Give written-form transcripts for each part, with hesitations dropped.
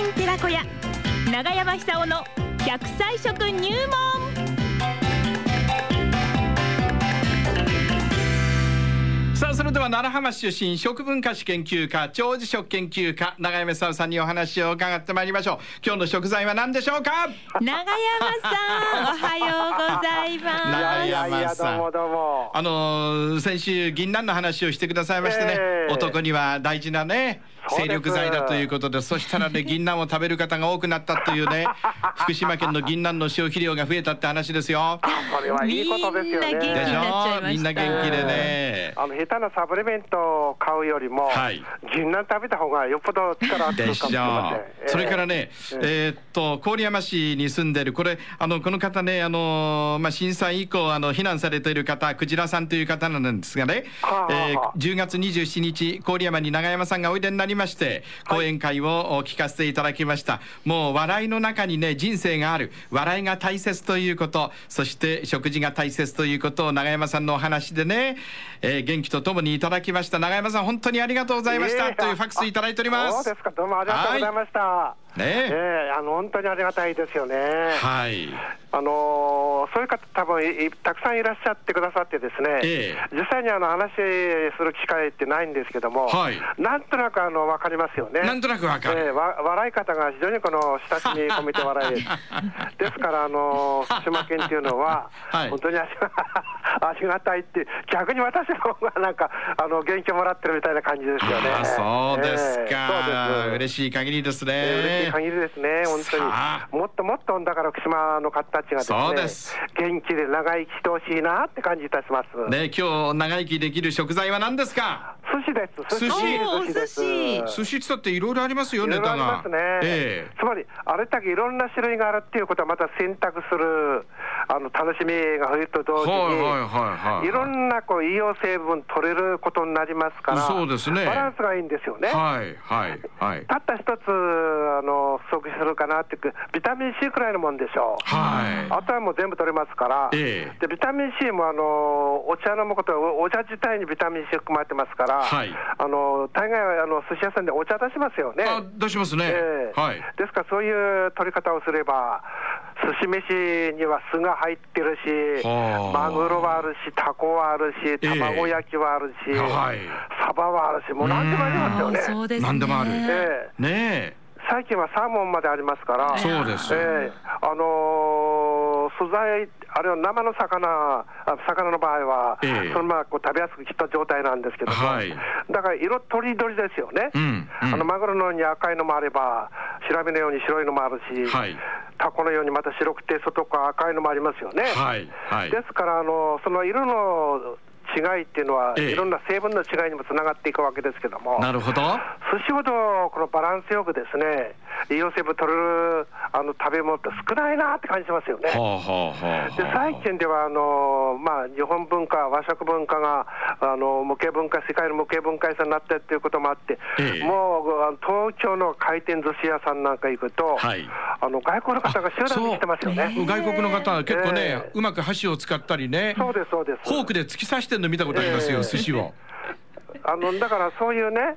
新寺子屋長山久夫の100歳食入門。 さあ、それでは奈良浜市出身食文化史研究家長寿食研究家長山久夫さんにお話を伺ってまいりましょう。今日の食材は何でしょうか。 長山さん、おはようございます。 長山さん、 どうもどうも。 先週銀杏の話をしてくださいましてね、男には大事なね精力剤だということで、そしたらね銀杏を食べる方が多くなったというね福島県の銀杏の消費量が増えたって話ですよ。 これはいいことですよね。 みんな元気になっちゃいました。 みんな元気でね、 下手なサプリメントを買うよりも、銀杏食べた方がよっぽど力がつくかもしれません。 それからね、郡山市に住んでるこの方ね、震災以降避難されている方、クジラさんという方なんですがね、10月27日郡山に長山さんがおいでになりまして、講演会を聞かせていただきました。もう笑いの中にね人生がある、笑いが大切ということ、そして食事が大切ということを長山さんのお話でね、元気とともにいただきました。長山さん本当にありがとうございましたというファックスいただいております。 そうですか、どうもありがとうございました。本当にありがたいですよね。はい。そういう方多分たくさんいらっしゃってくださってですね、実際に話する機会ってないんですけども、なんとなく分かりますよね。 なんとなく分かる。 笑い方が非常に親しみ込めて笑えるですから福島県っていうのは、本当にありがたいって、逆に私の方がなんか元気もらってるみたいな感じですよね。 そうですか。 そうです。 嬉しい限りですね。 嬉しい限りですね。本当にもっともっとだから福島の方たちがですね、元気で長生きしてほしいなって感じいたしますね。 今日長生きできる食材は何ですか。 寿司です。寿司ってだっていろいろありますよ、ネタが。 ありますね。つまりあれだけいろんな種類があるっていうことは、また選択する楽しみが増えると同時に、いろんな栄養成分取れることになりますから、 そうですね、 バランスがいいんですよね。たった一つ不足するかなってビタミン C くらいのもんでしょう。あとはもう全部取れますから、でビタミン C もお茶飲むことは、お茶自体にビタミン C 含まれてますから、大概は寿司屋さんでお茶出しますよね。 出しますね。 ですからそういう取り方をすれば、寿司飯には酢が入ってるし、マグロはあるし、タコはあるし、卵焼きはあるし、サバはあるし、もう何でもありますよね。 何でもある。 最近はサーモンまでありますから。 そうです。 素材、あるいは生の魚の場合は、そのまま食べやすく切った状態なんですけども、だから色とりどりですよね。マグロのように赤いのもあれば、白身のように白いのもあるし、タコのようにまた白くて外側赤いのもありますよね。ですからその色の違いっていうのは、いろんな成分の違いにもつながっていくわけですけども、 なるほど。 寿司ほどこのバランスよくですね、栄養成分取れる食べ物って少ないなって感じしますよね。で最近では日本文化、和食文化が無形文化、世界の無形文化遺産になってっていうこともあって、もう東京の回転寿司屋さんなんか行くと、外国の方が集団に来てますよね。 外国の方は結構ね、うまく箸を使ったりね、フォークで突き刺してるの見たことありますよ、寿司を。 だからそういうね、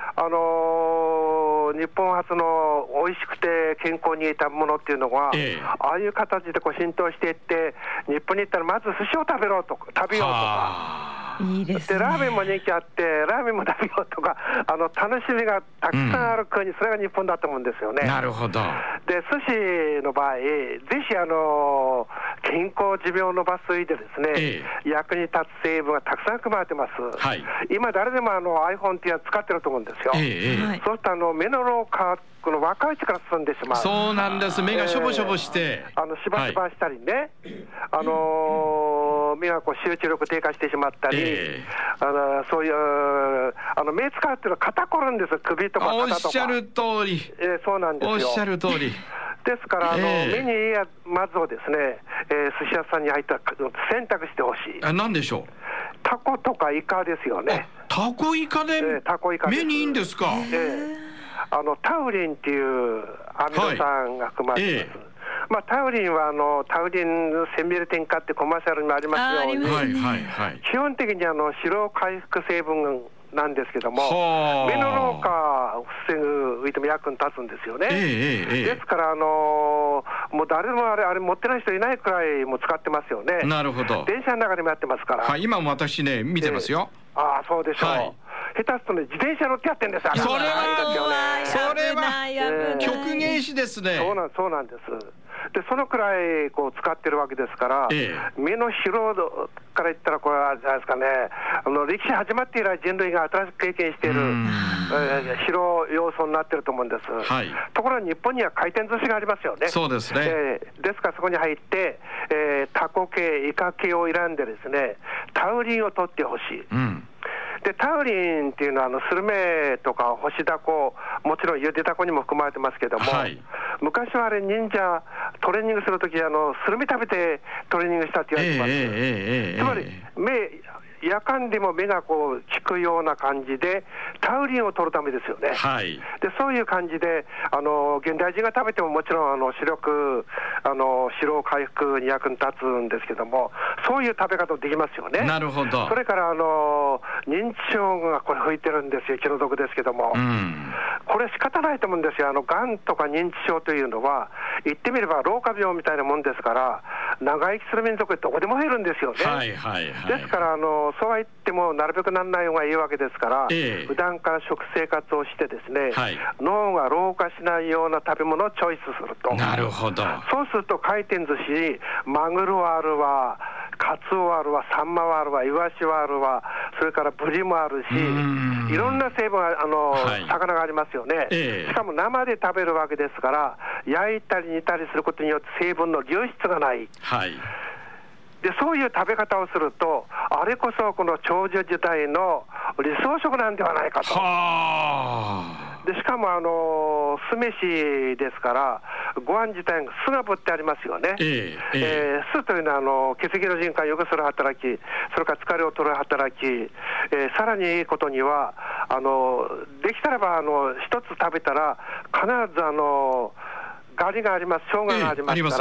日本初の美味しくて健康にいたものっていうのが、ああいう形で浸透していって、日本に行ったらまず寿司を食べようとか。 いいですね。 でラーメンも人気あって、ラーメンも食べようとか、楽しみがたくさんある国、それが日本だと思うんですよね。 なるほど。で寿司の場合、ぜひ健康寿命を伸ばす上でですね、役に立つ成分がたくさん含まれてます。今誰でもiPhone っていうのは使ってると思うんですよ。そうすると目の老化、この若いうちから進んでしまう。 そうなんです。目がしょぼしょぼしてしばしばしたりね、目が集中力低下してしまったり、そういう目使うっていうのは肩こるんですよ、首とか肩とか。 おっしゃる通り。 そうなんですよ。 おっしゃる通り。 ですから目にいいまずをですね、寿司屋さんに入ったら選択してほしい。 何でしょう。 タコとかイカですよね。 タコイカで目にいいんですか。 タウリンっていうアミノ酸が含まれてます。タウリンはタウリン1000ミリ添加ってコマーシャルにもありますように、基本的に疲労回復成分なんですけども、目の老化を防ぐ上でも役に立つんですよね。ですから、もう誰もあれ持ってない人いないくらいもう使ってますよね。 なるほど。 電車の中でもやってますから。 はい、今も私ね、見てますよ。 ああ、そうでしょう。下手するとね、自転車乗ってやってんですよ。 それは極限死ですね。 そうなんです。でそのくらいこう使ってるわけですから、目の疲労度から言ったら、これはじゃないですかね、歴史始まって以来、人類が新しく経験している疲労要素になってると思うんです。ところが日本には回転寿司がありますよね。 そうですね。 ですからそこに入って、タコ系、イカ系を選んでですね、タウリンを取ってほしい。でタウリンっていうのはスルメとか干しダコ、もちろんゆでダコにも含まれてますけども、昔はあれ忍者トレーニングするときスルメ食べてトレーニングしたって言われてます。つまり夜間でも目がこう効くような感じでタウリンを取るためですよね。でそういう感じで現代人が食べてももちろん視力疲労回復に役に立つんですけども、そういう食べ方できますよね。 なるほど。 それから認知症がこれ吹いてるんですよ。気の毒ですけども、これ仕方ないと思うんですよ。がんとか認知症というのは言ってみれば老化病みたいなもんですから、長生きする民族ってどこでも減るんですよね。ですからそうは言ってもなるべくならない方がいいわけですから、普段から食生活をしてですね、脳が老化しないような食べ物をチョイスすると。 なるほど。 そうすると回転寿司、マグロはあるわ、カツオはあるわ、サンマはあるわ、イワシはあるわ、それからブリもあるし、いろんな成分が魚がありますよね。しかも生で食べるわけですから、焼いたり煮たりすることによって成分の流出がない。でそういう食べ方をすると、あれこそこの長寿時代の理想食なんではないかと。でしかも酢飯ですから、ご飯自体が酢がぶってありますよね。酢というのは血液の循環を良くする働き、それから疲れを取る働き、さらにいいことにはできたらば一つ食べたら必ずガリがあります、生姜がありますから、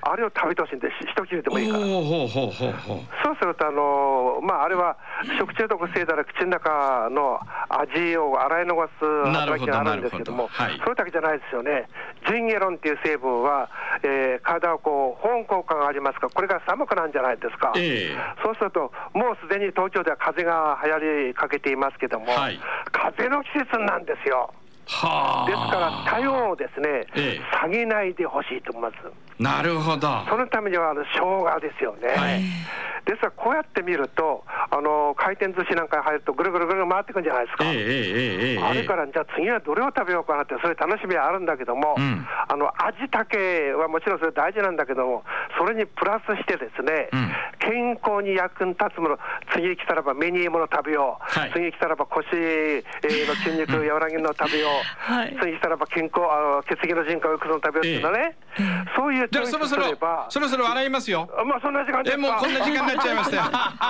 あれを食べてほしいんです。一切れでもいいから。そうするとあれは食中毒性だら口の中の味を洗い流す働きがあるんですけども、それだけじゃないですよね。ジンゲロンっていう成分は、体を保温効果がありますから、これが寒くなんじゃないですか。そうするともうすでに東京では風が流行りかけていますけども、風の季節なんですよ。ですから体温をですね、下げないでほしいと思います。 なるほど。 そのためには生姜ですよね。ですからこうやって見ると回転寿司なんかに入るとぐるぐるぐる回ってくるんじゃないですか。あれからじゃあ次はどれを食べようかなって、それ楽しみはあるんだけども、味だけはもちろんそれ大事なんだけども、それにプラスしてですね、健康に役に立つもの、次来たらば目にいいもの食べよう、次来たらば腰の筋肉和らげるのを食べよう、次来たらば健康血液の循環を良くするのを食べようっていうのね、そういうチョイスすれば。 そろそろ洗いますよ。 そんな時間ですか。 もうこんな時間になっちゃいましたよ。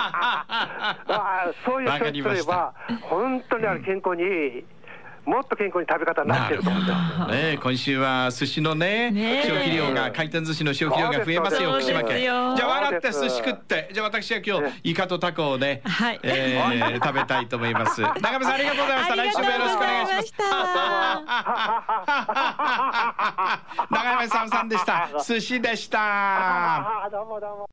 そういうチョイスすれば本当に健康にもっと健康に食べ方になってると思うんです。 今週は寿司の消費量が、回転寿司の消費量が増えますよ、福島県。じゃあ笑って寿司食って、じゃあ私は今日イカとタコをね、食べたいと思います。中山さんありがとうございました。来週もよろしくお願いします。中山さんでした。寿司でした。 どうもどうも。